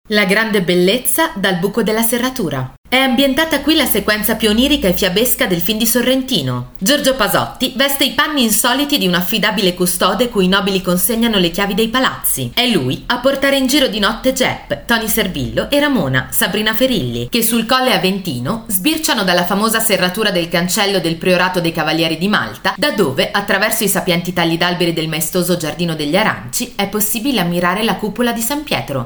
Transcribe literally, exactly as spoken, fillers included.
La grande bellezza dal buco della serratura. È ambientata qui la sequenza più onirica e fiabesca del film di Sorrentino. Giorgio Pasotti veste i panni insoliti di un affidabile custode cui i nobili consegnano le chiavi dei palazzi. È lui a portare in giro di notte Jep, Tony Servillo e Ramona, Sabrina Ferilli, che sul Colle Aventino sbirciano dalla famosa serratura del cancello del Priorato dei Cavalieri di Malta, da dove, attraverso i sapienti tagli d'alberi del maestoso Giardino degli Aranci, è possibile ammirare la cupola di San Pietro.